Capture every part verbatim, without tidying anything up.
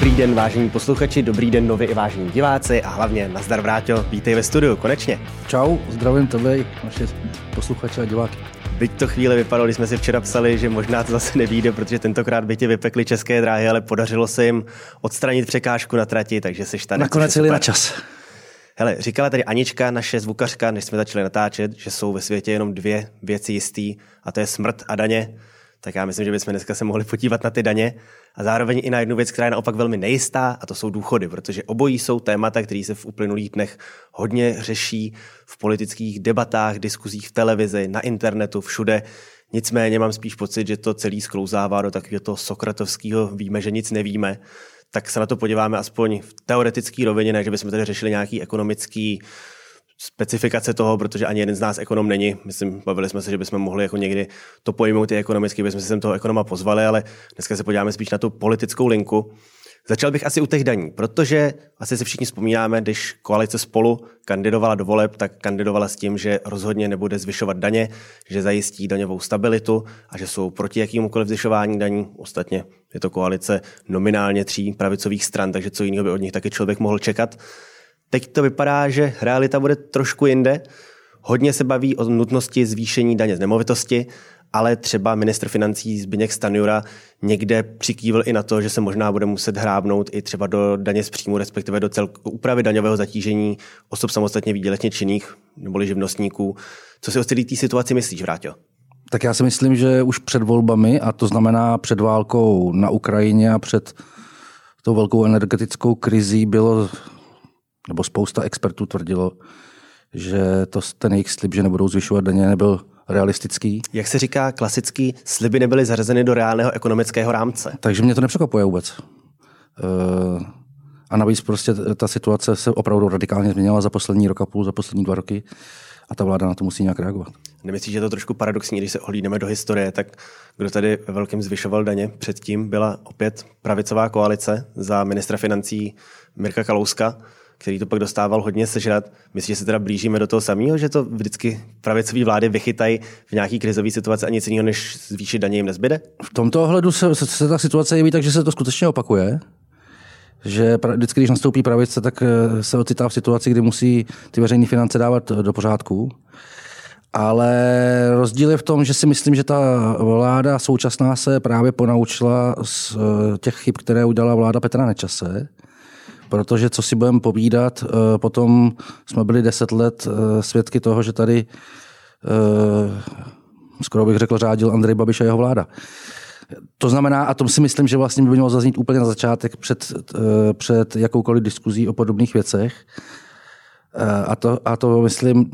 Dobrý den, vážení posluchači, dobrý den, nově i vážení diváci a hlavně nazdar, Vráťo, vítej ve studiu, konečně. Čau, zdravím tebe i naše posluchače a diváky. Byť to chvíli vypadalo, když jsme si včera psali, že možná to zase nevyjde, protože tentokrát by tě vypekly České dráhy, ale podařilo se jim odstranit překážku na trati, takže seš tady. Nakonec jeli na čas. Hele, říkala tady Anička, naše zvukařka, než jsme začali natáčet, že jsou ve světě jenom dvě věci jistý, a to je smrt a daně. Tak já myslím, že bychom dneska se mohli podívat na ty daně a zároveň i na jednu věc, která je naopak velmi nejistá, a to jsou důchody, protože obojí jsou témata, které se v uplynulých dnech hodně řeší v politických debatách, diskuzích v televizi, na internetu, všude. Nicméně mám spíš pocit, že to celý sklouzává do takového toho sokratovského víme, že nic nevíme. Tak se na to podíváme aspoň v teoretické rovině, ne, že bychom tady řešili nějaký ekonomický specifikace toho, protože ani jeden z nás ekonom není. Myslím, bavili jsme se, že bychom mohli jako někdy to pojmout i ekonomicky, bychom si sem toho ekonoma pozvali, ale dneska se podíváme spíš na tu politickou linku. Začal bych asi u těch daní, protože asi si všichni vzpomínáme, když koalice Spolu kandidovala do voleb, tak kandidovala s tím, že rozhodně nebude zvyšovat daně, že zajistí daňovou stabilitu a že jsou proti jakýmukoliv zvyšování daní. Ostatně je to koalice nominálně tří pravicových stran, takže co jiného by od nich taky člověk mohl čekat. Teď to vypadá, že realita bude trošku jinde. Hodně se baví o nutnosti zvýšení daně z nemovitosti, ale třeba ministr financí Zbyněk Stanjura někde přikývil i na to, že se možná bude muset hrábnout i třeba do daně z příjmu, respektive do celkové úpravy daňového zatížení osob samostatně výdělečně činných neboli živnostníků. Co si o celé té situaci myslíš, Vráťo? Tak já si myslím, že už před volbami, a to znamená před válkou na Ukrajině a před tou velkou energetickou krizí bylo, nebo spousta expertů tvrdilo, že to, ten jejich slib, že nebudou zvyšovat daně, nebyl realistický. Jak se říká klasický, sliby nebyly zařazeny do reálného ekonomického rámce. Takže mě to nepřekvapuje vůbec. A navíc prostě ta situace se opravdu radikálně změnila za poslední rok a půl, za poslední dva roky a ta vláda na to musí nějak reagovat. Nemyslíš, že je to trošku paradoxní, když se ohlídneme do historie, tak kdo tady ve velkém zvyšoval daně? Předtím byla opět pravicová koalice za ministra financí Mirka Kalouska, který to pak dostával hodně sežrat. Myslíš, že se teda blížíme do toho samého, že to vždycky pravicové vlády vychytají v nějaký krizové situaci a nic jiného, než zvýšit daně jim nezbyde? V tomto ohledu se, se, se ta situace jeví tak, že se to skutečně opakuje. Že vždycky, když nastoupí pravice, tak se ocitá v situaci, kdy musí ty veřejné finance dávat do pořádku. Ale rozdíl je v tom, že si myslím, že ta vláda současná se právě ponaučila z těch chyb, které udělala vláda Petra Nečase. Protože co si budeme povídat, potom jsme byli deset let svědky toho, že tady skoro bych řekl řádil Andrej Babiš a jeho vláda. To znamená, a to si myslím, že vlastně by mělo zaznít úplně na začátek před, před jakoukoliv diskuzí o podobných věcech. A to, a to myslím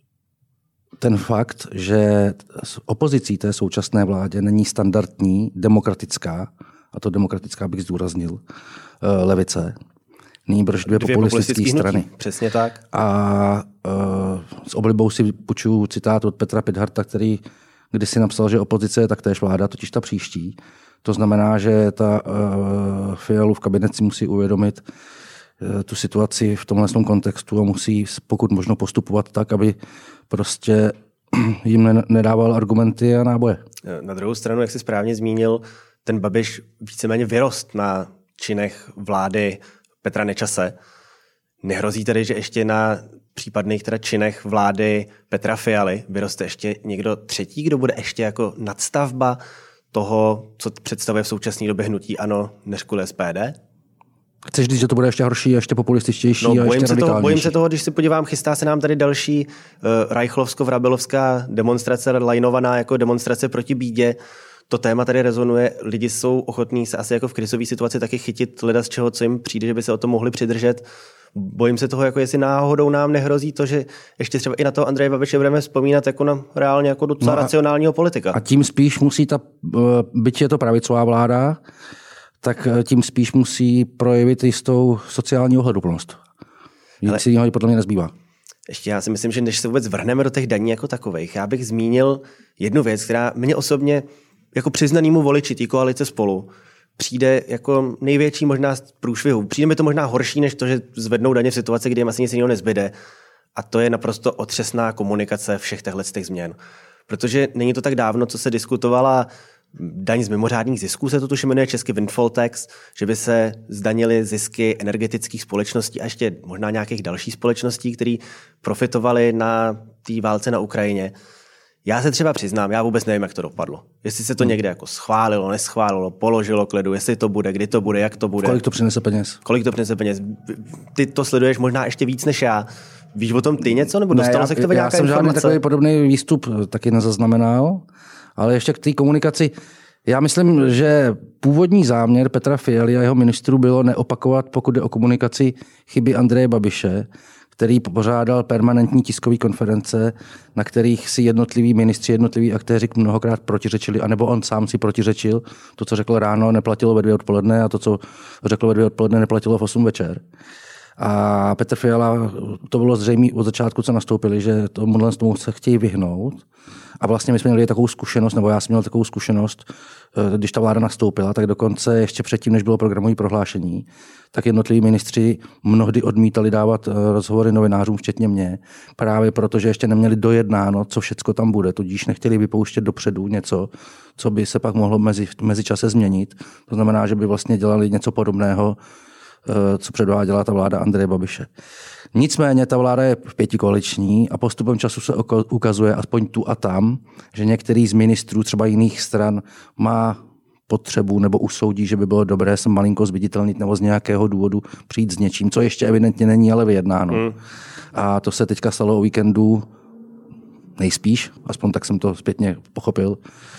ten fakt, že s opozicí té současné vládě není standardní, demokratická, a to demokratická bych zdůraznil, levice. Nýbrž dvě, dvě populistické strany. Hnutí. Přesně tak. A uh, s oblibou si půjčuju citát od Petra Pidharta, který kdysi napsal, že opozice je taktéž vláda, totiž ta příští. To znamená, že ta uh, Fialův kabinet si musí uvědomit uh, tu situaci v tomhle kontextu a musí pokud možno postupovat tak, aby prostě jim nedával argumenty a náboje. Na druhou stranu, jak jsi správně zmínil, ten Babiš víceméně vyrost na činech vlády Petra Nečase. Nehrozí tedy, že ještě na případných teda činech vlády Petra Fialy vyroste ještě někdo třetí, kdo bude ještě jako nadstavba toho, co představuje v současné době hnutí ANO, než kvůli S P D? Chceš říct, že to bude ještě horší, ještě populističtější no, a ještě radikálnější? Bojím se toho, když si podívám, chystá se nám tady další uh, Reichlovsko-Vrabelovská demonstrace, lajnovaná jako demonstrace proti bídě. To téma tady rezonuje, lidi jsou ochotní se asi jako v krizové situaci taky chytit leda z čeho, co jim přijde, že by se o to mohli přidržet. Bojím se toho, jako jestli náhodou nám nehrozí to, že ještě třeba i na toho Andreje Babiše budeme vzpomínat jako na reálně jako docela no a, racionálního politika. A tím spíš musí ta, byť je to pravicová vláda, tak tím spíš musí projevit jistou sociální ohleduplnost. Nic jiného podle mě nezbývá. Ještě já si myslím, že než se vůbec vrhneme do těch daní jako takových, já bych zmínil jednu věc, která mě osobně jako přiznanýmu voliči té koalice Spolu přijde jako největší možná průšvihu. Přijde mi to možná horší, než to, že zvednou daně v situaci, kdy jim asi nic jiného nezbyde. A to je naprosto otřesná komunikace všech těchto změn. Protože není to tak dávno, co se diskutovala daň z mimořádných zisků, se to tuž jmenuje česky windfall tax, že by se zdanily zisky energetických společností a ještě možná nějakých dalších společností, které profitovaly na té válce na Ukrajině. Já se třeba přiznám, já vůbec nevím, jak to dopadlo. Jestli se to někde jako schválilo, neschválilo, položilo k ledu, jestli to bude, kdy to bude, jak to bude. Kolik to přinese peněz? Kolik to přinese peněz? Ty to sleduješ možná ještě víc než já. Víš o tom ty něco, nebo dostalo ne, se k tobě já nějaká jsem informace? žádný takový podobný výstup taky nezaznamenal, ale ještě k té komunikaci. Já myslím, že původní záměr Petra Fialy a jeho ministrů bylo neopakovat, pokud jde o komunikaci, chyby Andreje Babiše, který pořádal permanentní tiskové konference, na kterých si jednotliví ministři, jednotliví aktéři mnohokrát protiřečili, anebo on sám si protiřečil. To, co řekl ráno, neplatilo ve dvě odpoledne a to, co řekl ve dvě odpoledne, neplatilo v osm večer. A Petr Fiala, to bylo zřejmě od začátku, co nastoupili, že tomuhle tomu se chtějí vyhnout. A vlastně my jsme měli takovou zkušenost, nebo já jsem měl takovou zkušenost, když ta vláda nastoupila, tak dokonce ještě předtím, než bylo programové prohlášení, tak jednotliví ministři mnohdy odmítali dávat rozhovory novinářům, včetně mě, právě protože ještě neměli dojednáno, co všecko tam bude, tudíž nechtěli vypouštět dopředu něco, co by se pak mohlo mezi, mezi čase změnit. To znamená, že by vlastně dělali něco podobného, co předváděla ta vláda Andreje Babiše. Nicméně ta vláda je pětikoaliční a postupem času se ukazuje aspoň tu a tam, že některý z ministrů třeba jiných stran má potřebu nebo usoudí, že by bylo dobré se malinko zviditelnit nebo z nějakého důvodu přijít s něčím, co ještě evidentně není, ale vyjednáno. Hmm. A to se teďka stalo o víkendu nejspíš, aspoň tak jsem to zpětně pochopil,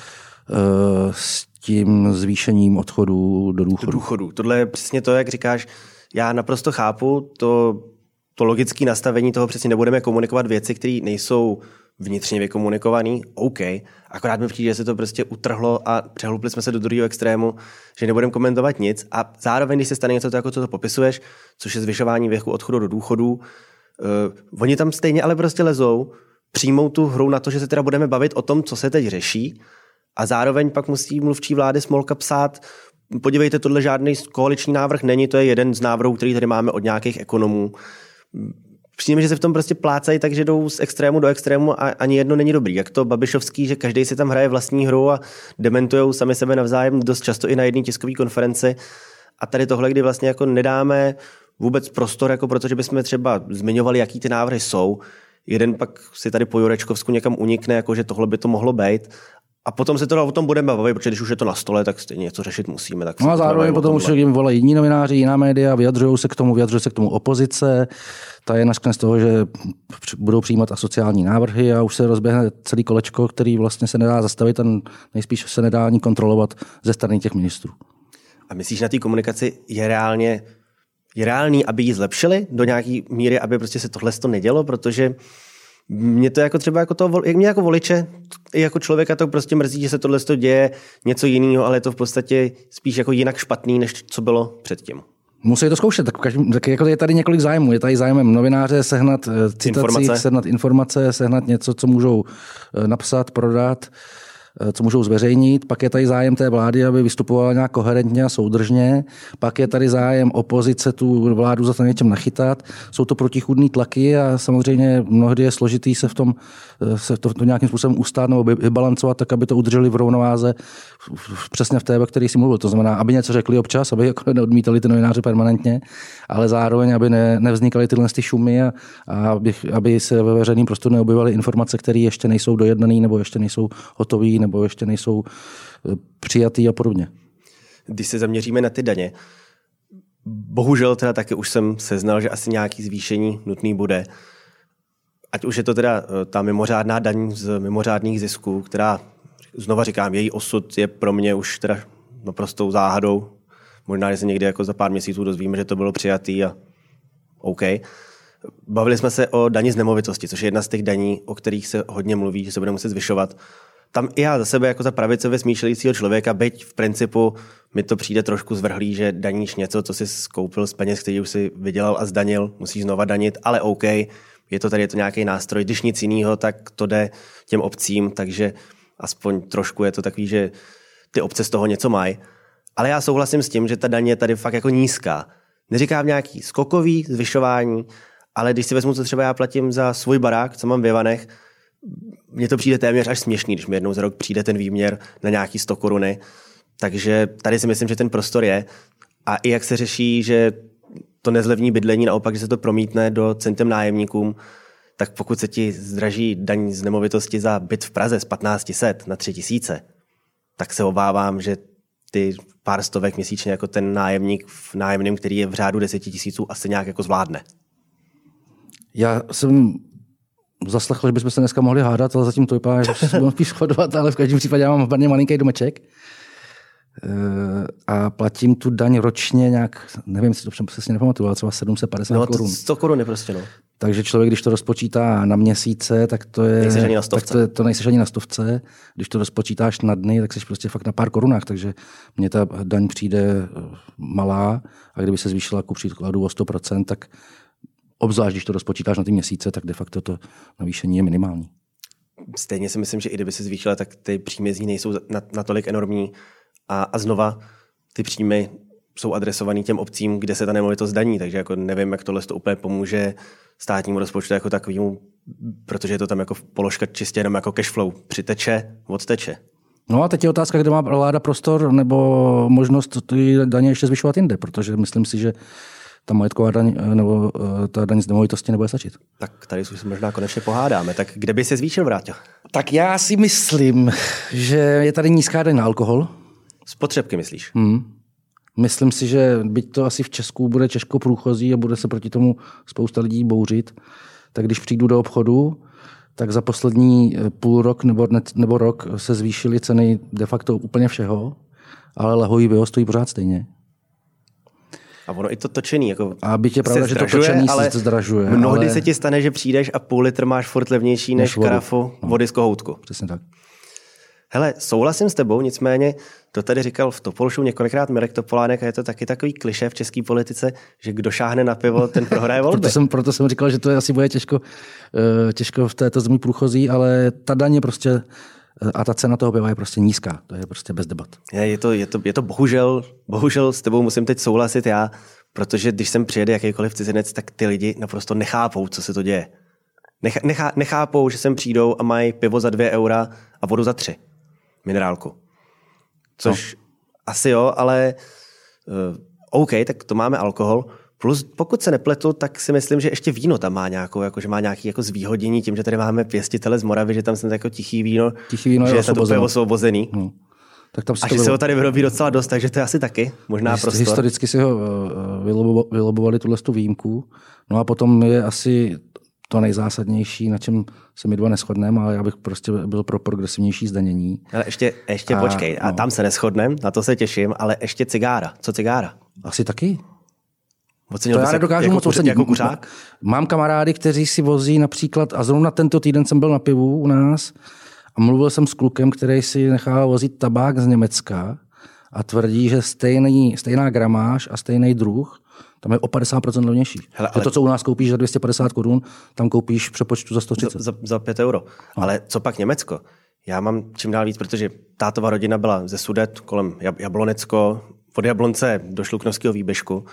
s tím zvýšením odchodu do důchodu. Do důchodu. Tohle je přesně to, jak říkáš. Já naprosto chápu to, to logické nastavení toho, přesně nebudeme komunikovat věci, které nejsou vnitřně vykomunikovaný, OK. Akorát mi přijde, že se to prostě utrhlo a přehlupli jsme se do druhého extrému, že nebudeme komentovat nic a zároveň, když se stane něco, to, jako co to popisuješ, což je zvyšování věku odchodu do důchodu, uh, oni tam stejně ale prostě lezou, přijmou tu hru na to, že se teda budeme bavit o tom, co se teď řeší a zároveň pak musí mluvčí vlády Smolka psát, podívejte, tohle žádný koaliční návrh není, to je jeden z návrhů, který tady máme od nějakých ekonomů. Přijde mi, že se v tom prostě plácají tak, že jdou z extrému do extrému a ani jedno není dobrý. Jak to Babišovský, že každý si tam hraje vlastní hru a dementujou sami sebe navzájem dost často i na jedné tiskové konferenci. A tady tohle, kdy vlastně jako nedáme vůbec prostor, jako protože bychom třeba zmiňovali, jaký ty návrhy jsou. Jeden pak si tady po Jurečkovsku někam unikne, jako že tohle by to mohlo být. A potom se to o tom budeme bavit, protože když už je to na stole, tak stejně něco řešit musíme. Tak no a zároveň potom už jim volají jiní novináři, jiná média, vyjadřují se k tomu, vyjadřují se k tomu opozice. Ta je nařkne z toho, že budou přijímat asociální návrhy a už se rozběhne celý kolečko, který vlastně se nedá zastavit a nejspíš se nedá ani kontrolovat ze strany těch ministrů. A myslíš, na té komunikaci je reálně je reálný, aby ji zlepšili do nějaký míry, aby prostě se tohle to nedělo, protože mě to jako třeba jako to, mě jako voliče, jako člověka to prostě mrzí, že se tohle děje něco jiného, ale je to v podstatě spíš jako jinak špatný, než co bylo předtím. Musí to zkoušet, tak, každý, tak jako je tady několik zájmů. Je tady zájmem novináře sehnat citací, informace. sehnat informace, sehnat něco, co můžou napsat, prodat, co můžou zveřejnit, pak je tady zájem té vlády, aby vystupovala nějak koherentně a soudržně, pak je tady zájem opozice tu vládu za to něčem nachytat, jsou to protichůdné tlaky a samozřejmě mnohdy je složitý se v tom se to, to nějakým způsobem ustát nebo vybalancovat, tak aby to udrželi v rovnováze přesně v té, o který si mluvil. To znamená, aby něco řekli občas, aby jako neodmítali ty novináři permanentně, ale zároveň, aby ne, nevznikaly tyhle ty šumy a, a aby, aby se ve veřejném prostoru neobjevaly informace, které ještě nejsou dojednané nebo ještě nejsou hotové nebo ještě nejsou přijatý a podobně. Když se zaměříme na ty daně, bohužel teda taky už jsem seznal, že asi nějaký zvýšení nutný bude. Ať už je to teda ta mimořádná daň z mimořádných zisků, která, znova říkám, její osud je pro mě už teda naprostou záhadou. Možná, že se někdy jako za pár měsíců dozvíme, že to bylo přijatý a OK. Bavili jsme se o dani z nemovitosti, což je jedna z těch daní, o kterých se hodně mluví, že se bude muset zvyšovat. Tam i já za sebe jako za pravicově smýšlejícího člověka, byť v principu mi to přijde trošku zvrhlý, že daníš něco, co jsi skoupil z peněz, který už si vydělal a zdanil, musíš znova danit, ale OK, je to tady je to nějaký nástroj, když nic jiného, tak to jde těm obcím, takže aspoň trošku je to takový, že ty obce z toho něco mají. Ale já souhlasím s tím, že ta daň je tady fakt jako nízká. Neříkám nějaký skokový zvyšování, ale když si vezmu, co třeba já platím za svůj barák, co mám v Jevanech, mně to přijde téměř až směšný, když mi jednou za rok přijde ten výměr na nějaký sto koruny. Takže tady si myslím, že ten prostor je. A i jak se řeší, že to nezlevní bydlení, naopak, že se to promítne do centem nájemníkům, tak pokud se ti zdraží daň z nemovitosti za byt v Praze z patnáct set na tři tisíce, tak se obávám, že ty pár stovek měsíčně jako ten nájemník v nájemném, který je v řádu deseti tisíců, asi nějak jako zvládne. Já jsem zaslechl, že bychom se dneska mohli hádat, ale zatím to vypadá, že se budeme spíš shodovat, ale v každém případě já mám hodně malinký domeček a platím tu daň ročně nějak, nevím, si to přesně nepamatuju, ale třeba sedm set padesát no, korun. sto korun prostě, no. Takže člověk, když to rozpočítá na měsíce, tak to je... Nejseš ani na stovce. Tak to, je, to nejseš ani na stovce. Když to rozpočítáš na dny, tak jsi prostě fakt na pár korunách. Takže mně ta daň přijde malá a kdyby se zvýšila ku příkladu o sto procent, tak obzvlášť, když to rozpočítáš na ty měsíce, tak de facto to navýšení je minimální. Stejně si myslím, že i kdyby se zvýšila, tak ty příjmy z ní nejsou natolik enormní. A, a znova ty příjmy jsou adresovaný těm obcím, kde se ta nemovitost daní, takže jako nevím, jak tohle to úplně pomůže státnímu rozpočtu jako takovému, protože je to tam jako položka čistě jenom jako cash flow. Přiteče, odteče. No a teď je otázka, kde má vláda prostor nebo možnost ty daně ještě zvyšovat jinde, protože myslím si, že ta majetková daň nebo ta daň z nemovitosti nebude stačit. Tak tady už se možná konečně pohádáme. Tak kde by se zvýšil, Vráťo? Tak já si myslím, že je tady nízká daň na alkohol. Spotřebky myslíš? Hmm. Myslím si, že byť to asi v Česku bude těžko průchozí a bude se proti tomu spousta lidí bouřit, tak když přijdu do obchodu, tak za poslední půl rok nebo, ne, nebo rok se zvýšily ceny de facto úplně všeho, ale lahvový pivo stojí pořád stejně. A ono i to točený. Jako a byť je pravda, že to točený ale se zdražuje. Mnohdy ale... se ti stane, že přijdeš a půl litr máš furt levnější než, než karafu no. vody z kohoutku. Přesně tak. Hele, souhlasím s tebou, nicméně to tady říkal v Topolshu několikrát Mirek Topolánek a je to taky takový klišé v české politice, že kdo šáhne na pivo, ten prohraje volby. proto, jsem, proto jsem říkal, že to asi bude těžko, těžko v této zemi průchozí, ale ta daň je prostě a ta cena toho piva je prostě nízká. To je prostě bez debat. Je, je, to, je, to, je to bohužel, bohužel s tebou musím teď souhlasit já, protože když sem přijede jakýkoliv cizinec, tak ty lidi naprosto nechápou, co se to děje. Nech, nechá, nechápou, že sem přijdou a mají pivo za dvě eura a vodu za tři. Minerálku. Což no. asi jo, ale uh, OK, tak to máme alkohol. Plus pokud se nepletu, tak si myslím, že ještě víno tam má nějakou, jako, že má nějaké jako zvýhodnění tím, že tady máme pěstitele z Moravy, že tam jsem jako tichý víno, tichý víno že je je to úplně osvobozený. No. Tak tam a že bylo... se ho tady vyrobí docela dost, takže to je asi taky možná Hist- prostor. Historicky si ho vylobo- vylobovali tuhle tu výjimku. No a potom je asi to nejzásadnější, na čem se my dva neshodneme, ale já bych prostě byl pro progresivnější zdanění. Ale ještě, ještě a, počkej, a no. tam se neshodneme, na to se těším, ale ještě cigára. Co cigára? Asi taky. Ocenil to já nedokážu jako, moc ocenit. Jako kuřák? Mám kamarády, kteří si vozí například, a zrovna tento týden jsem byl na pivu u nás a mluvil jsem s klukem, který si nechával vozit tabák z Německa a tvrdí, že stejný, stejná gramáž a stejný druh tam je o padesát procent levnější. Hele, ale... To, co u nás koupíš za dvě stě padesát korun, tam koupíš v přepočtu za sto třicet. Za, za, za pět euro. No. Ale co pak Německo? Já mám čím dál víc, protože tátová rodina byla ze Sudet kolem Jablonecko, od Jablonce do Šluknovského výběžku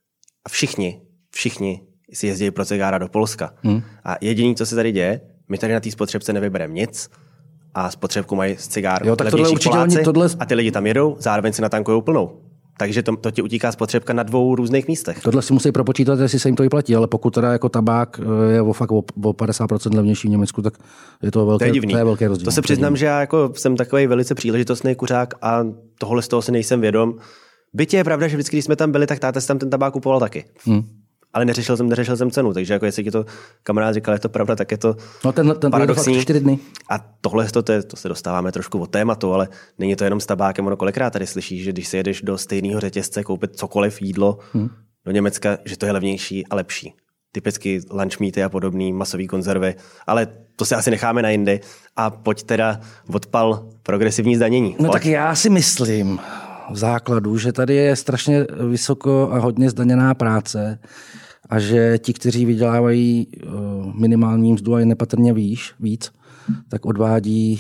a všichni, všichni si jezdí pro cigára do Polska. Hmm. A jediný, co se tady děje, my tady na té spotřebce nevybereme nic a spotřebku mají z cigár jo, tak tohle Poláci tohle... a ty lidi tam jedou, zároveň si natankujou plnou. Takže to, to ti utíká spotřebka na dvou různých místech. Tohle si musí propočítat, jestli se jim to vyplatí, ale pokud teda jako tabák je o, fakt o, o padesát procent levnější v Německu, tak je to velké, to je divný. To je velký rozdíl. To se přiznám, že já jako jsem takový velice příležitostný kuřák a tohle z toho si nejsem vědom. Byť je pravda, že vždycky, když jsme tam byli, tak táta si tam ten tabák kupoval taky. Hmm. Ale neřešil jsem, neřešil jsem cenu, takže jako jestli ti to kamarád říkal, je to pravda, tak je to no ten, ten paradoxní. To čtyři dny. A tohle to, to, to se dostáváme trošku od tématu, ale není to jenom s tabákem, ono kolikrát tady slyšíš, že když si jedeš do stejného řetězce koupit cokoliv jídlo hmm. do Německa, že to je levnější a lepší. Typicky lunch meaty a podobný, masové konzervy, ale to si asi necháme na jindy a pojď teda odpal progresivní zdanění. No pojď. Tak já si myslím v základu, že tady je strašně vysoko a hodně zdaněná práce a že ti, kteří vydělávají minimální mzdu a je nepatrně výš, víc, tak odvádí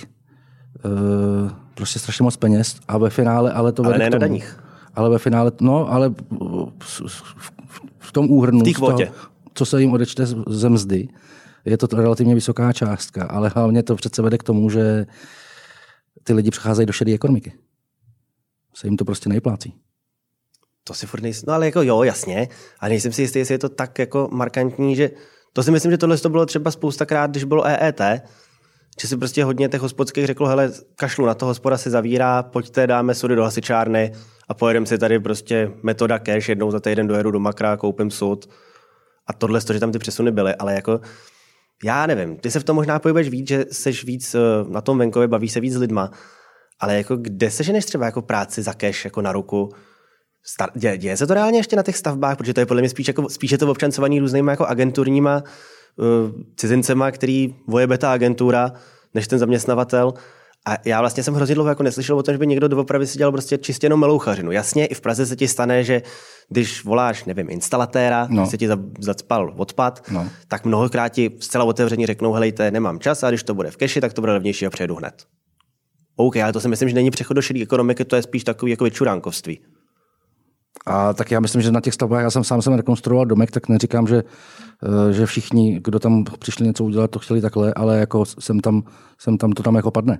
uh, prostě strašně moc peněz a ve finále, ale to ale vede ne k tomu. Na daních. Ale ve finále, no, ale v, v, v tom úhrnu, v té kvotě, co se jim odečte ze mzdy, je to relativně vysoká částka, ale hlavně to přece vede k tomu, že ty lidi přecházejí do šedé ekonomiky. Se jim to prostě nejplácí. To si furt nejsem, no ale jako jo, jasně, a nejsem si jistý, jestli je to tak jako markantní, že to si myslím, že tohle to bylo třeba spoustakrát, když bylo E E T, že si prostě hodně těch hospodských řeklo, hele, kašlu na to, hospoda se zavírá, pojďte, dáme sudy do hasičárny a pojedeme si tady prostě metoda cash, jednou za týden dojedu do Makra, koupím sud. A tohle, to, že tam ty přesuny byly, ale jako já nevím, ty se v tom možná pohybuješ víc, že seš víc na tom venkově, baví se víc s lidma, ale jako kde seženeš třeba jako práci za cash, jako na ruku? Star- děje, děje se to reálně ještě na těch stavbách, protože to je podle mě spíš, jako, spíš je to občancovaný různýma jako agenturníma uh, cizincema, který vojebe ta agentura, než ten zaměstnavatel. A já vlastně jsem hrozně dlouho jako neslyšel o tom, že by někdo doopravdy si dělal prostě čistě jenom melouchařinu. Jasně, i v Praze se ti stane, že když voláš, nevím, instalatéra, no. se ti zacpal odpad, no. tak mnohokrát ti zcela otevřeně řeknou, helejte, nemám čas a když to bude v keši, tak to bude levnější a přejdu hned. OK, ale to si myslím, že není přechod do šedé ekonomiky, to je spíš takový jako vyčuránkovství. A tak já myslím, že na těch stavbách, já jsem sám jsem rekonstruoval domek, tak neříkám, že, že všichni, kdo tam přišli něco udělat, to chtěli takhle, ale jako jsem tam, jsem tam to tam jako padne.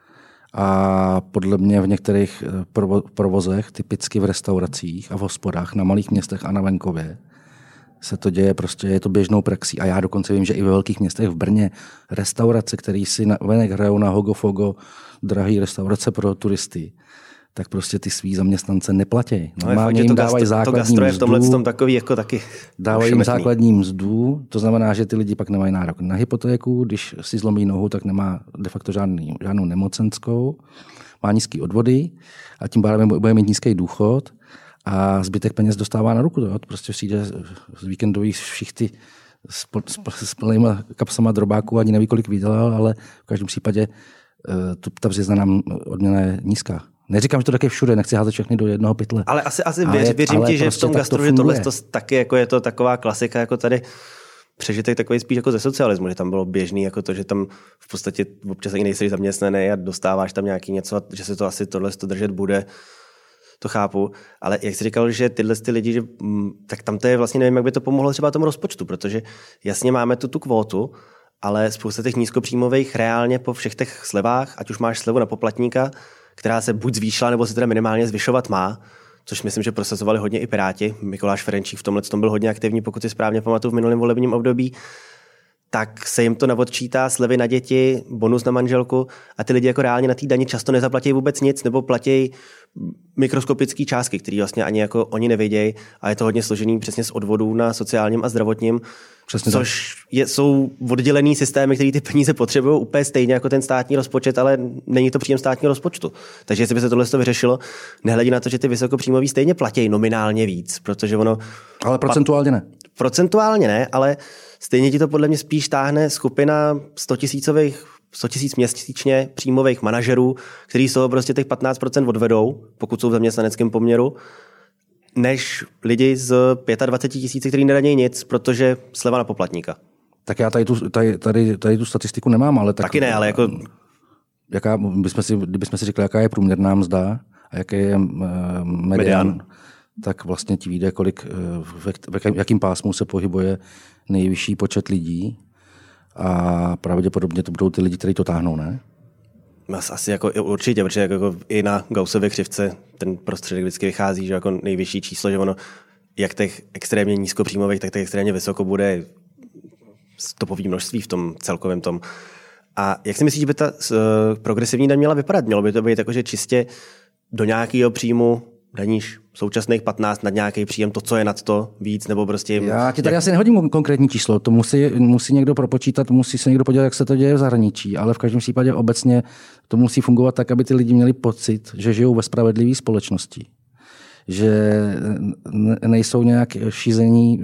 A podle mě v některých provozech, typicky v restauracích a v hospodách na malých městech a na venkově, se to děje, prostě je to běžnou praxí. A já dokonce vím, že i ve velkých městech, v Brně, restaurace, které si na venek hrajou na Hogo Fogo, drahý restaurace pro turisty, tak prostě ty svý zaměstnance neplatí. Normálně jim dávají základní mzdu. V tomhle tom takový jako taky dávají jim základní mzdu, to znamená, že ty lidi pak nemají nárok na hypotéku, když si zlomí nohu, tak nemá de facto žádný, žádnou nemocenskou, má nízký odvody a tím pádem bude mít nízký důchod a zbytek peněz dostává na ruku. To prostě přijde z víkendových šichty s, s, s plnýma kapsama drobáků, ani neví, kolik vydělal, ale v každém případě ta přiznaná odměna je nízká. Neříkám, že to taky všude, nechci házet všechny do jednoho pytle. Ale asi, asi věř, věřím ti, že prostě v tom gastru, že tohle to taky jako je to taková klasika, jako tady přežitek takový spíš jako ze socialismu, že tam bylo běžný jako to, že tam v podstatě občas ani nejsi zaměstnaný a dostáváš tam nějaký něco, že se to asi tohle to držet bude. To chápu, ale jak jsi říkal, že tyhle ty lidi, že, tak tam to je vlastně, nevím, jak by to pomohlo třeba tomu rozpočtu, protože jasně máme tu tu kvótu, ale spousta těch nízkopříjmových reálně po všech těch slevách, ať už máš slevu na poplatníka, která se buď zvýšila, nebo se teda minimálně zvyšovat má, což myslím, že prosazovali hodně i Piráti. Mikuláš Ferenčík v tomhle tom byl hodně aktivní, pokud si správně pamatuju, v minulém volebním období. Tak se jim to naodčítá, slevy na děti, bonus na manželku a ty lidi jako reálně na té dani často nezaplatí vůbec nic nebo platí mikroskopické částky, které vlastně ani jako oni nevědějí a je to hodně složený přesně z odvodů na sociálním a zdravotním, přesně což je, jsou oddělený systémy, které ty peníze potřebují úplně stejně jako ten státní rozpočet, ale není to příjem státního rozpočtu. Takže jestli by se tohle vyřešilo, nehledě na to, že ty vysokopříjmoví stejně platí nominálně víc, protože ono... Ale procentuálně ne. Procentuálně ne, ale stejně ti to podle mě spíš táhne skupina sto tisícových, sto tisíc měsíčně příjmových manažerů, kteří z toho prostě těch patnáct procent odvedou, pokud jsou v zaměstnaneckém poměru, než lidi z dvacet pět tisíc, kteří nedaní nic, protože sleva na poplatníka. Tak já tady tu, tady, tady, tady tu statistiku nemám, ale... Tak, taky ne, ale jako... Jaká, bychom si, kdybychom si řekli, jaká je průměrná mzda a jaký je uh, medián, medián, tak vlastně ti vyjde, kolik, v, v jakým pásmu se pohybuje nejvyšší počet lidí a pravděpodobně to budou ty lidi, kteří to táhnou, ne? Asi jako určitě, protože jako i na Gaussově křivce ten prostředek vždycky vychází, že jako nejvyšší číslo, že ono jak těch extrémně nízkopříjmových, tak těch extrémně vysoko bude stopový množství v tom celkovém tom. A jak si myslíš, že by ta uh, progresivní daň měla vypadat? Mělo by to být jako, že čistě do nějakého příjmu daníš současných patnáct nad nějaký příjem, to, co je nad to víc, nebo prostě... Já ti tady jak... asi nehodím konkrétní číslo, to musí, musí někdo propočítat, musí se někdo podívat, jak se to děje v zahraničí, ale v každém případě obecně to musí fungovat tak, aby ty lidi měli pocit, že žijou ve spravedlivé společnosti. Že nejsou nějak šízení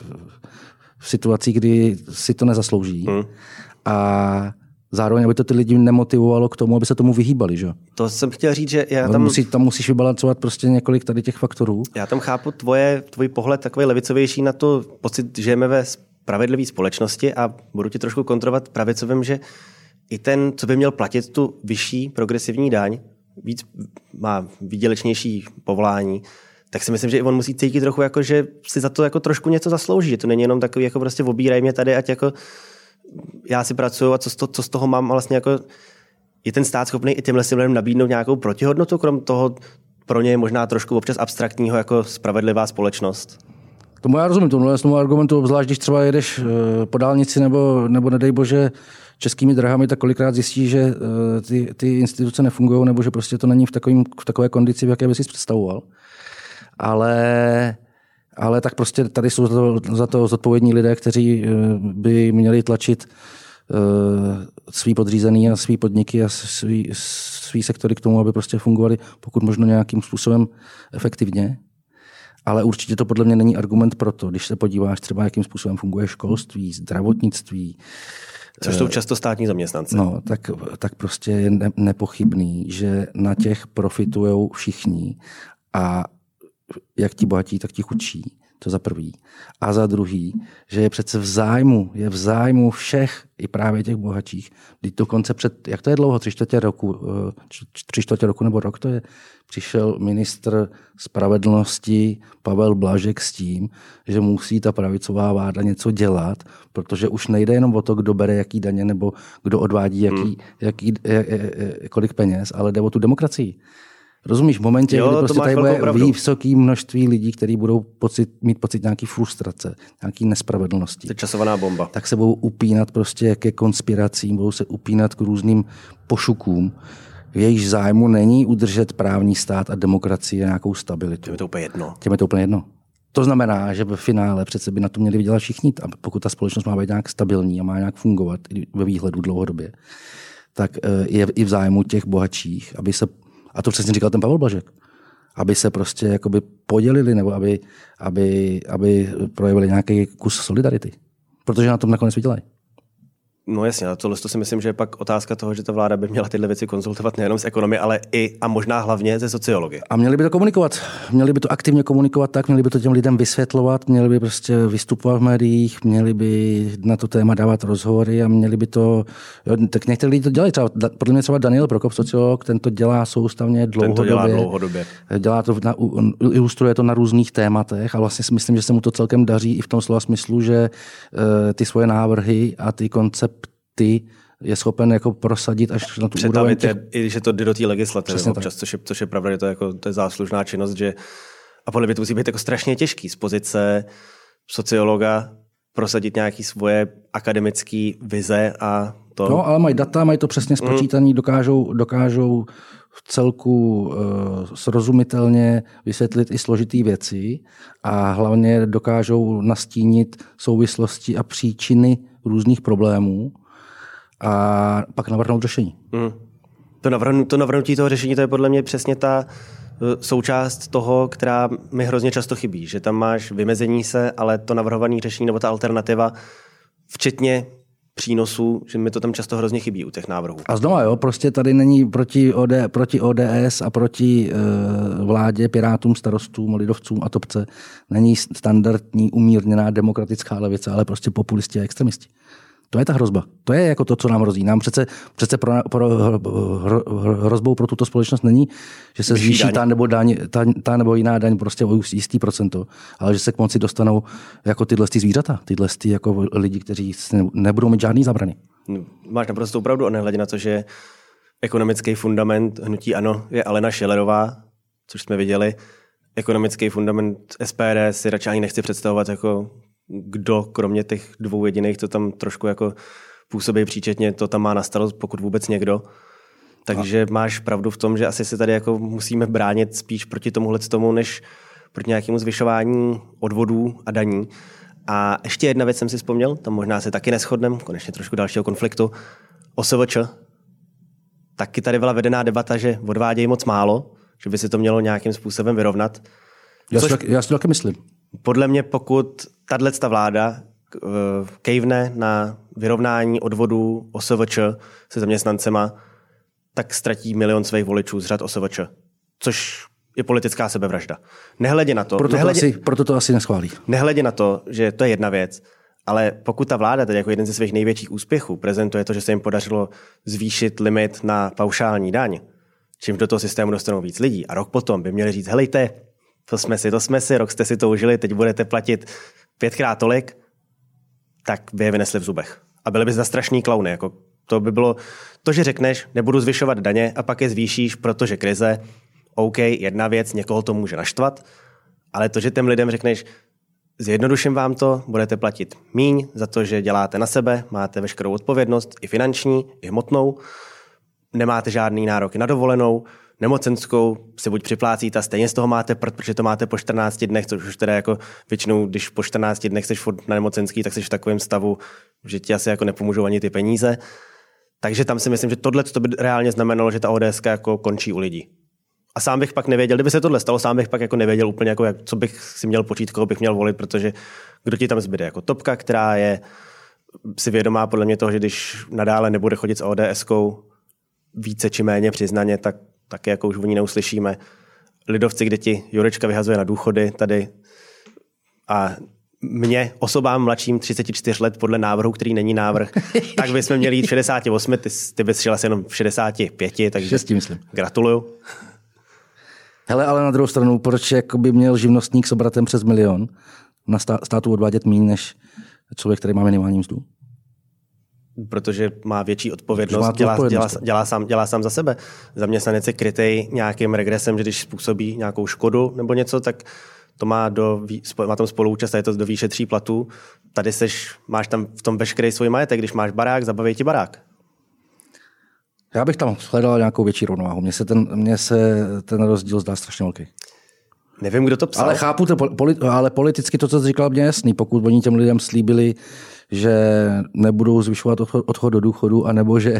v situacích, kdy si to nezaslouží. Hmm. A zároveň, aby to ty lidi nemotivovalo k tomu, aby se tomu vyhýbali, že? To jsem chtěl říct, že já tam... Musí, tam musíš vybalancovat prostě několik tady těch faktorů. Já tam chápu tvoje, tvůj pohled takový levicovější na to pocit, že žijeme ve spravedlivé společnosti a budu ti trošku kontrovat pravicovým, že i ten, co by měl platit tu vyšší progresivní daň, víc má výdělečnější povolání, tak si myslím, že i on musí cítit trochu, jako, že si za to jako trošku něco zaslouží, že to není jenom takový, jako prostě obíraj mě tady, ať jako já si pracuju a co z, to, co z toho mám vlastně jako, je ten stát schopný i těmhle lidem nabídnout nějakou protihodnotu, krom toho pro ně je možná trošku občas abstraktního jako spravedlivá společnost? Tomu já rozumím, tomu, tomu argumentu, obzvlášť když třeba jedeš po dálnici nebo, nebo nedej bože českými drahami, tak kolikrát zjistí, že ty, ty instituce nefungují nebo že prostě to není v, takovým, v takové kondici, v jaké by si představoval. Ale, ale tak prostě tady jsou za to, za to zodpovědní lidé, kteří by měli tlačit svý podřízený a svý podniky a svý, svý sektory k tomu, aby prostě fungovaly pokud možno nějakým způsobem efektivně. Ale určitě to podle mě není argument pro to, když se podíváš třeba, jakým způsobem funguje školství, zdravotnictví. Což jsou často státní zaměstnanci. No, tak, tak prostě je ne, nepochybný, že na těch profitujou všichni a jak ti bohatí, tak ti chudší. To za prvý. A za druhý, že je přece v zájmu, je v zájmu všech, i právě těch bohatších. Teď dokonce před, jak to je dlouho, tři čtvrtě roku, tři čtvrtě roku nebo rok to je, přišel ministr spravedlnosti Pavel Blažek s tím, že musí ta pravicová vláda něco dělat, protože už nejde jenom o to, kdo bere jaký daně nebo kdo odvádí jaký, hmm. jaký, kolik peněz, ale jde o tu demokracii. Rozumíš, v momentě, jo, kdy prostě tady bude vysoké množství lidí, kteří budou pocit, mít pocit nějaký frustrace, nějaký nespravedlnosti. To je časovaná bomba. Tak se budou upínat prostě ke konspiracím, budou se upínat k různým pošukům. V jejich zájmu není udržet právní stát a demokracii a nějakou stabilitu. Těm je to úplně jedno. Těm je to úplně jedno. To znamená, že v finále přece by na to měli vydělat všichni. A pokud ta společnost má být nějak stabilní a má nějak fungovat ve výhledu dlouhodobě, tak je i v zájmu těch bohatších, aby se. A to přesně říkal ten Pavel Blažek. Aby se prostě jakoby podělili nebo aby, aby, aby projevili nějaký kus solidarity. Protože na tom nakonec vydělají. No jasně, a tohle to si myslím, že je pak otázka toho, že ta vláda by měla tyhle věci konzultovat nejenom s ekonomy, ale i a možná hlavně ze sociologie. A měli by to komunikovat. Měli by to aktivně komunikovat tak, měli by to těm lidem vysvětlovat, měli by prostě vystupovat v médiích, měli by na to téma dávat rozhovory a měli by to. Jo, tak někteří lidi to dělají. Třeba, podle mě třeba Daniel Prokop, sociolog, ten to dělá soustavně dlouhodobě. Ten to dělá dlouhodobě. Dělá to na, ilustruje to na různých tématech a vlastně si myslím, že se mu to celkem daří i v tom slova smyslu, že uh, ty svoje návrhy a ty koncepty ty je schopen jako prosadit až na tu úroveň těch. I že to jde do té legislativy občas, což je, což je pravda, že to je, jako, to je záslužná činnost, že a podle mě to musí být jako strašně těžký z pozice sociologa prosadit nějaký svoje akademické vize a to. No, ale mají data, mají to přesně spočítaný, dokážou, dokážou v celku uh, srozumitelně vysvětlit i složitý věci a hlavně dokážou nastínit souvislosti a příčiny různých problémů a pak navrhnout řešení. Mm. To, navrhnu, to navrhnutí toho řešení, to je podle mě přesně ta součást toho, která mi hrozně často chybí. Že tam máš vymezení se, ale to navrhované řešení nebo ta alternativa, včetně přínosů, že mi to tam často hrozně chybí u těch návrhů. A znova, jo, prostě tady není proti, O D, proti O D S a proti e, vládě, pirátům, starostům, lidovcům a topce není standardní, umírněná demokratická levice, ale prostě populisti a extremisti. To je ta hrozba. To je jako to, co nám hrozí. Nám přece, přece pro, pro, hrozbou pro tuto společnost není, že se zvýší ta nebo, daň, ta, ta nebo jiná daň prostě o jistý procento, ale že se k moci dostanou jako tyhle zvířata, tyhle jako lidi, kteří nebudou mít žádný zábrany. Máš naprosto pravdu, a nehledě na to, že ekonomický fundament hnutí ANO je Alena Schillerová, což jsme viděli. Ekonomický fundament S P D si radši ani nechci představovat jako kdo, kromě těch dvou jediných, to tam trošku jako působí příčetně, to tam má na starost, pokud vůbec někdo. Takže a... máš pravdu v tom, že asi se tady jako musíme bránit spíš proti tomuhle tomu, než proti nějakému zvyšování odvodů a daní. A ještě jedna věc jsem si vzpomněl, tam možná se taky neshodneme, konečně trošku dalšího konfliktu. O S V Č. Taky tady byla vedená debata, že odvádějí moc málo, že by se to mělo nějakým způsobem vyrovnat. Já si, já si to taky myslím. Podle mě, pokud tato vláda kejvne na vyrovnání odvodů O S V Č se zaměstnancema, tak ztratí milion svých voličů z řad O S V Č. Což je politická sebevražda. Nehledě na to... Proto, nehledě, to, asi, proto to asi neschválí. Nehledě na to, že to je jedna věc, ale pokud ta vláda tedy jako jeden ze svých největších úspěchů prezentuje to, že se jim podařilo zvýšit limit na paušální daň, čím do toho systému dostanou víc lidí a rok potom by měli říct, helejte, to jsme si, to jsme si, rok jste si to užili, teď budete platit pětkrát tolik, tak by je vynesli v zubech. a byli by za strašný klauny. Jako to by bylo to, že řekneš, nebudu zvyšovat daně a pak je zvýšíš, protože krize, OK, jedna věc, někoho to může naštvat, ale to, že těm lidem řekneš, zjednoduším vám to, budete platit míň za to, že děláte na sebe, máte veškerou odpovědnost, i finanční, i hmotnou, nemáte žádný nároky na dovolenou, nemocenskou si buď připlácíte a stejně z toho máte prd, protože to máte po čtrnácti dnech, což už teda jako většinou, když po čtrnácti dnech jsi furt na nemocenský, tak jsi v takovém stavu, že ti asi jako nepomůžou ani ty peníze. Takže tam si myslím, že tohle to by reálně znamenalo, že ta ODSka jako končí u lidí. A sám bych pak nevěděl, kdyby se tohle stalo, sám bych pak jako nevěděl úplně, jako jak, co bych si měl počít, koho bych měl volit, protože kdo ti tam zbyde. Jako Topka, která je si vědomá podle mě toho, že když nadále nebude chodit s ODSkou více či méně přiznaně, tak taky jako už o ní neuslyšíme. Lidovci, kde ti Jurečka vyhazuje na důchody tady a mě, osobám mladším třicet čtyři let podle návrhu, který není návrh, tak bychom měli jít v šedesáti osmi, ty, ty bys šel asi jenom v šedesáti pěti, takže šesti, myslím. Gratuluju. Hele, ale na druhou stranu, proč by měl živnostník s obratem přes milion na státu odvádět míň než člověk, který má minimální mzdu? Protože má větší odpovědnost, má dělá, odpovědnost. Dělá, dělá, sám, dělá sám za sebe. Zaměstnanec je krytej nějakým regresem, že když způsobí nějakou škodu nebo něco, tak to má, do, má tam spoluúčast a je to do výše tří platů. Tady seš, máš tam v tom veškerý svůj majetek, když máš barák, zabaví ti barák. Já bych tam hledal nějakou větší rovnováhu. Mně se ten, mně se ten rozdíl zdá strašně velký. Nevím, kdo to psal. Ale chápu to, ale politicky to, co jsi říkal, mě je jasný. Pokud oni těm lidem slíbili, že nebudou zvyšovat odchod do důchodu, anebo že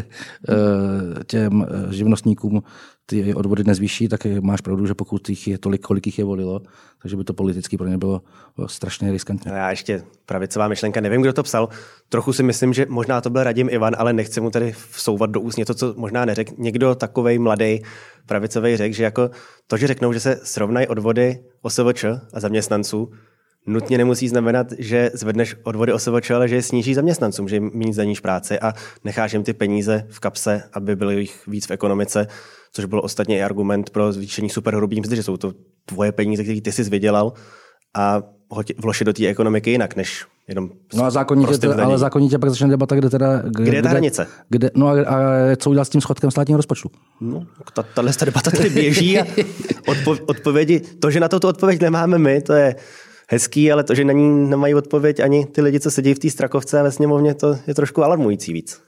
těm živnostníkům ty odvody nezvýší, tak máš pravdu, že pokud jich je tolik, kolik jich je volilo, takže by to politicky pro ně bylo strašně riskantní. Já ještě pravicová myšlenka, nevím, kdo to psal. Trochu si myslím, že možná to byl Radim Ivan, ale nechci mu tady vsouvat do úst něco, co možná neřekl. Někdo takovej mladý pravicový řekl, že jako to, že řeknou, že se srovnají odvody O S V Č a zaměstnanců, nutně nemusí znamenat, že zvedneš odvody O S V Č, ale že je sníží zaměstnancům, že jim méně zdaníš práci a necháš jim ty peníze v kapse, aby byly jich víc v ekonomice, což byl ostatně i argument pro zvýšení superhrubý mzdy, že jsou to tvoje peníze, které ty jsi vydělal a vložit do té ekonomiky jinak, než jenom no a zákonitě, ale zákonitě pak začne debata, kde teda... Kde, kde je ta hranice? Kde, no a, a co udělat s tím schodkem státního rozpočtu? No, ta, tahle debata tady běží a odpo, odpovědi, to, že na to tu odpověď nemáme my, to je hezký, ale to, že na ní nemají odpověď ani ty lidi, co sedí v té Strakovce a ve sněmovně, to je trošku alarmující víc.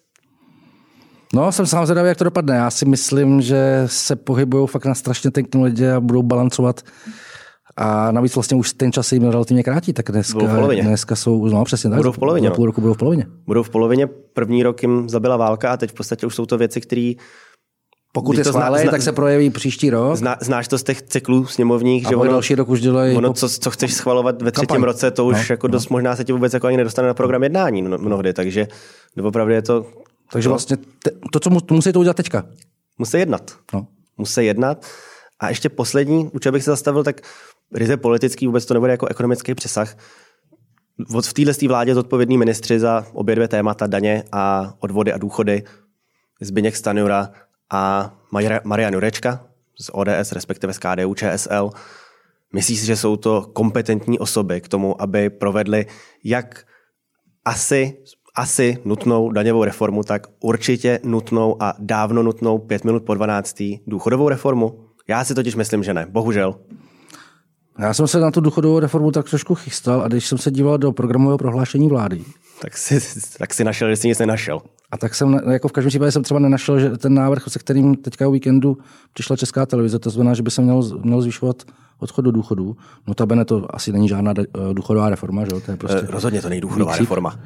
No, jsem sám zvědavý, jak to dopadne. Já si myslím, že se pohybují fakt na strašně tenkým lidi a budou balancovat. A navíc vlastně už ten čas se jim relativně krátí, tak dneska, dneska jsou, no přesně tak. Budou v polovině. Půl roku budou v polovině. Budou v polovině, první rok jim zabila válka a teď v podstatě už jsou to věci, které pokud je schválej, tak se projeví příští rok. Zná, znáš to z těch cyklů sněmovních, a že ono, další rok už dělají ono co, co chceš schvalovat ve třetím kampaň. roce, to už no, jako no. dost možná se ti vůbec jako ani nedostane na program jednání mnohdy, takže opravdu je to... Takže to, vlastně te, to, co mu, to musí to udělat teďka. Musí jednat. No. Musí jednat. A ještě poslední, u čeho bych se zastavil, tak ryze politický, vůbec to nebude jako ekonomický přesah. V této vládě zodpovědní ministři za obě dvě témata, daně a odvody a důchody, Zbyněk Stanjura a Marian Jurečka z O D S, respektive z K D U Č S L. Myslíš si, že jsou to kompetentní osoby k tomu, aby provedli jak asi, asi nutnou daňovou reformu, tak určitě nutnou a dávno nutnou pět minut po dvanácté důchodovou reformu? Já si totiž myslím, že ne. Bohužel. Já jsem se na tu důchodovou reformu tak trošku chystal a když jsem se díval do programového prohlášení vlády, tak si, tak si našel, že jsi nic nenašel. A tak jsem, jako v každém případě jsem třeba nenašel, že ten návrh, se kterým teďka o víkendu přišla Česká televize, to znamená, že by se měl, měl zvyšovat odchod do důchodu. Notabene to asi není žádná důchodová reforma, že jo? To je prostě rozhodně to není důchodová výkřik. reforma.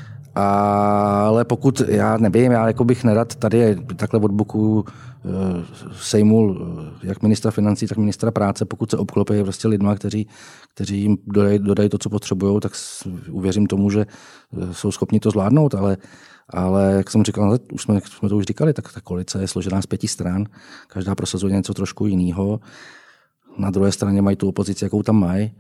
Ale pokud, já nevím, já jako bych nerad tady takhle od boku sejmul jak ministra financí, tak ministra práce, pokud se obklopí prostě lidma, kteří, kteří jim dodají, dodají to, co potřebují, tak uvěřím tomu, že jsou schopni to zvládnout, ale, ale jak jsem říkal, už jsme, jsme to už říkali, tak ta koalice je složená z pěti stran, každá prosazuje něco trošku jiného, na druhé straně mají tu opozici, jakou tam mají.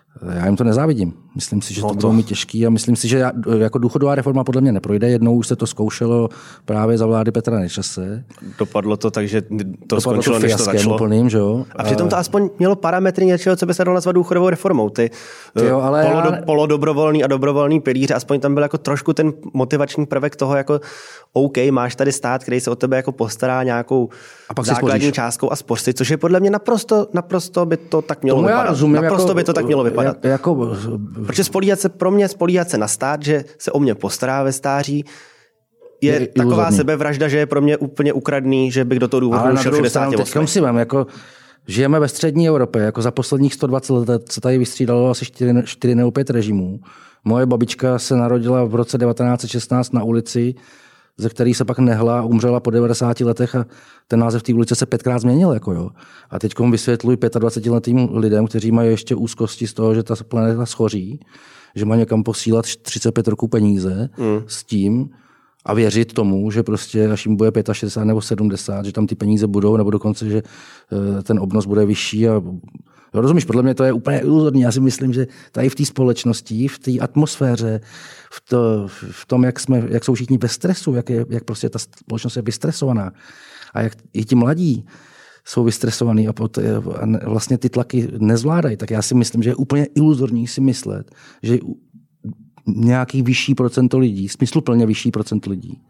Já jim to nezávidím. Myslím si, že no to budou mít těžký a myslím si, že jako důchodová reforma podle mě neprojde. Jednou už se to zkoušelo právě za vlády Petra Nečase. Dopadlo to tak, že to Dopadlo skončilo, to než to začalo. Plným, že jo? A přitom to aspoň mělo parametry něčeho, co by se dalo nazvat důchodovou reformou. Ty jo, ale polodo, já... polodobrovolný a dobrovolný pilíř, aspoň tam byl jako trošku ten motivační prvek toho, jako OK, máš tady stát, který se o tebe jako postará nějakou základní částkou a spořit, což je podle mě naprosto, naprosto by to tak mělo Tomu vypadat. Já rozumím, naprosto jako, by to tak mělo vypadat. Jako... Protože spolíhat se pro mě, spolíhat se na stát, že se o mě postará ve stáří, je, je taková iluzorní. Sebevražda, že je pro mě úplně ukradný, že bych do toho důvodu šel v šedesáti osmi. Si mám, jako, žijeme ve střední Evropě, jako za posledních sto dvacet let se tady vystřídalo asi čtyři nebo pět režimů. Moje babička se narodila v roce devatenáct set šestnáct na ulici, ze který se pak nehla, umřela po devadesáti letech a ten název té ulice se pětkrát změnil. Jako jo. A teď vysvětluji dvacetiletým lidem, kteří mají ještě úzkosti z toho, že ta planeta schoří, že má někam posílat třicet pět roků peníze mm. s tím a věřit tomu, že prostě až jim bude šedesát pět nebo sedmdesát, že tam ty peníze budou, nebo dokonce, že ten obnos bude vyšší. A, jo, rozumíš, podle mě to je úplně iluzorní. Já si myslím, že tady v té společnosti, v té atmosféře, v, to, v tom, jak, jsme, jak jsou všichni ve stresu, jak, je, jak prostě ta společnost je vystresovaná a jak i ti mladí jsou vystresovaní a, pot, a vlastně ty tlaky nezvládají, tak já si myslím, že je úplně iluzorní si myslet, že nějaký vyšší procento lidí, smysluplně vyšší procento lidí,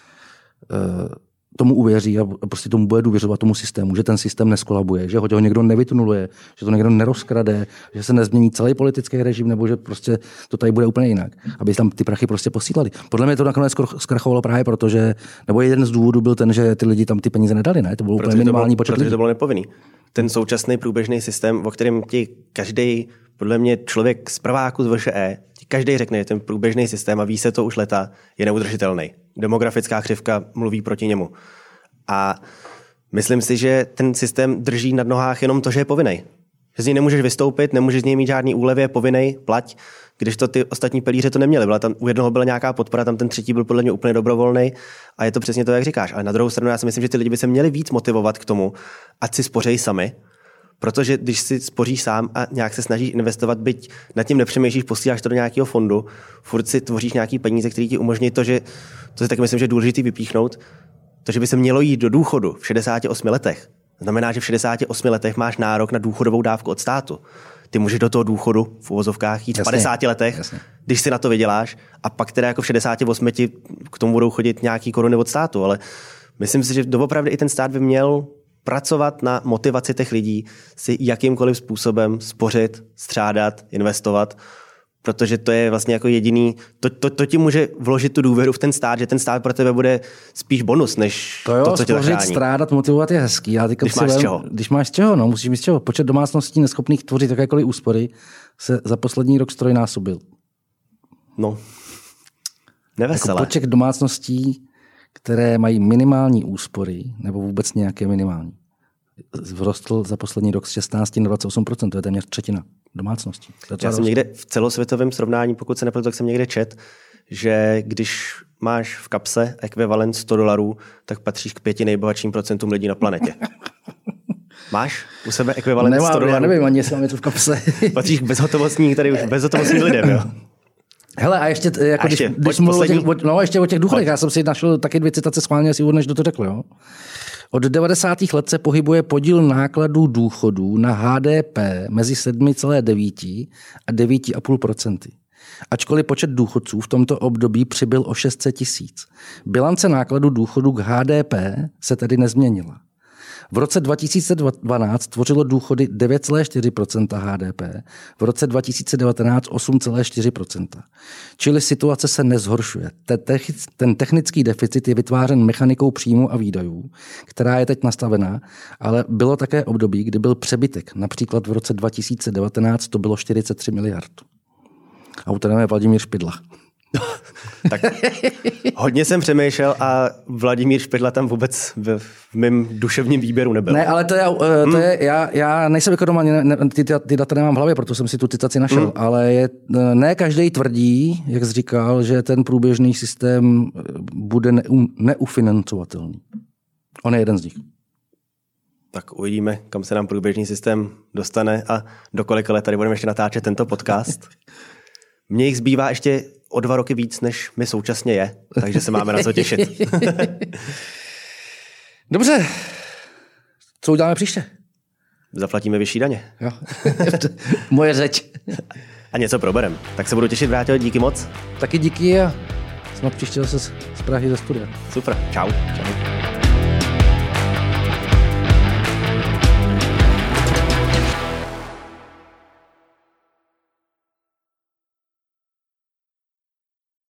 tomu uvěří a prostě tomu bude důvěřovat tomu systému, že ten systém neskolabuje, že ho někdo nevytunuluje, že to někdo nerozkrade, že se nezmění celý politický režim, nebo že prostě to tady bude úplně jinak, aby tam ty prachy prostě posílali. Podle mě to nakonec zkrachovalo právě, protože, nebo jeden z důvodů byl ten, že ty lidi tam ty peníze nedali, ne? To bylo úplně minimální počet lidí. Protože to bylo nepovinný. Ten současný průběžný systém, o kterém ti každý, podle mě člověk z prváku z V Š E, ti každý řekne, že ten průběžný systém, a ví se to už leta, je neudržitelný. Demografická křivka mluví proti němu. A myslím si, že ten systém drží na nohách jenom to, že je povinný. Že z něj nemůžeš vystoupit, nemůžeš z něj mít žádný úlevy, je povinný, plať. Když to ty ostatní pilíře to neměly. Byla tam, u jednoho byla nějaká podpora, tam ten třetí byl podle mě úplně dobrovolný a je to přesně to, jak říkáš. Ale na druhou stranu já si myslím, že ty lidi by se měli víc motivovat k tomu, ať si spořejí sami, protože když si spoříš sám a nějak se snažíš investovat, byť nad tím nepřemýšlíš, posíláš to do nějakého fondu, furt si tvoříš nějaký peníze, které ti umožní to, že to si taky myslím, že je důležité vypíchnout, to, že by se mělo jít do důchodu v šedesáti osmi letech. Znamená, že v šedesáti osmi letech máš nárok na důchodovou dávku od státu. Ty můžeš do toho důchodu v uvozovkách jít jasně, v padesáti letech, jasně. Když si na to vyděláš, a pak teda jako v šedesáti osmi ti k tomu budou chodit nějaký koruny od státu. Ale myslím si, že doopravdy i ten stát by měl pracovat na motivaci těch lidí si jakýmkoliv způsobem spořit, střádat, investovat, protože to je vlastně jako jediný, to, to, to ti může vložit tu důvěru v ten stát, že ten stát pro tebe bude spíš bonus, než to, jo, to co tě zachrání. Strádat, motivovat je hezký. Já když máš z čeho. Když máš z čeho, no, musíš mít z čeho. Počet domácností neschopných tvořit jakékoliv úspory se za poslední rok strojnásobil. No, neveselé. Jako počet domácností, které mají minimální úspory, nebo vůbec nějaké minimální, vzrostl za poslední rok z šestnáct na dvacet osm procent, to je téměř třetina domácností. Já jsem někde v celosvětovém srovnání, pokud se nepletu, tak jsem někde čet, že když máš v kapse ekvivalent sto dolarů, tak patříš k pěti nejbohatším procentům lidí na planetě. Máš u sebe ekvivalent Nemám, sto dolarů? Já nevím, ani jestli mám něco v kapse. Patříš k bezhotovostní, tady už bezhotovostním lidem, jo? Hele, a ještě, jako a ještě, když, když poslední... o těch, no, ještě o těch důchodech, já jsem si našel taky dvě citace schválně, asi než to řekl, jo? Od devadesátých let se pohybuje podíl nákladů důchodů na H D P mezi sedm celá devět a devět celá pět procenta. Ačkoliv počet důchodců v tomto období přibyl o šest set tisíc. Bilance nákladů důchodů k H D P se tedy nezměnila. V roce dva tisíce dvanáct tvořilo důchody devět celá čtyři procenta H D P, v roce dva tisíce devatenáct osm celá čtyři procenta. Čili situace se nezhoršuje. Ten technický deficit je vytvářen mechanikou příjmu a výdajů, která je teď nastavená, ale bylo také období, kdy byl přebytek. Například v roce dva tisíce devatenáct to bylo čtyřicet tři miliard. Autorem je Vladimír Špidla. Tak hodně jsem přemýšlel a Vladimír Špidla tam vůbec v, v mém duševním výběru nebyl. Ne, ale to je, to je hmm. já, já nejsem ekonom, ani ne, ty, ty data nemám v hlavě, proto jsem si tu citaci našel, hmm. ale je, ne každý tvrdí, jak jsi říkal, že ten průběžný systém bude neu, neufinancovatelný. On je jeden z nich. Tak uvidíme, kam se nám průběžný systém dostane a do kolika let tady budeme ještě natáčet tento podcast. Mně jich zbývá ještě o dva roky víc, než mi současně je, takže se máme na co těšit. Dobře, co uděláme příště? Zaplatíme vyšší daně. Jo. Moje řeč. A něco proberem. Tak se budu těšit, Vráťo, díky moc. Taky díky a snad příště zase z Prahy ze studia. Super, čau. Čau.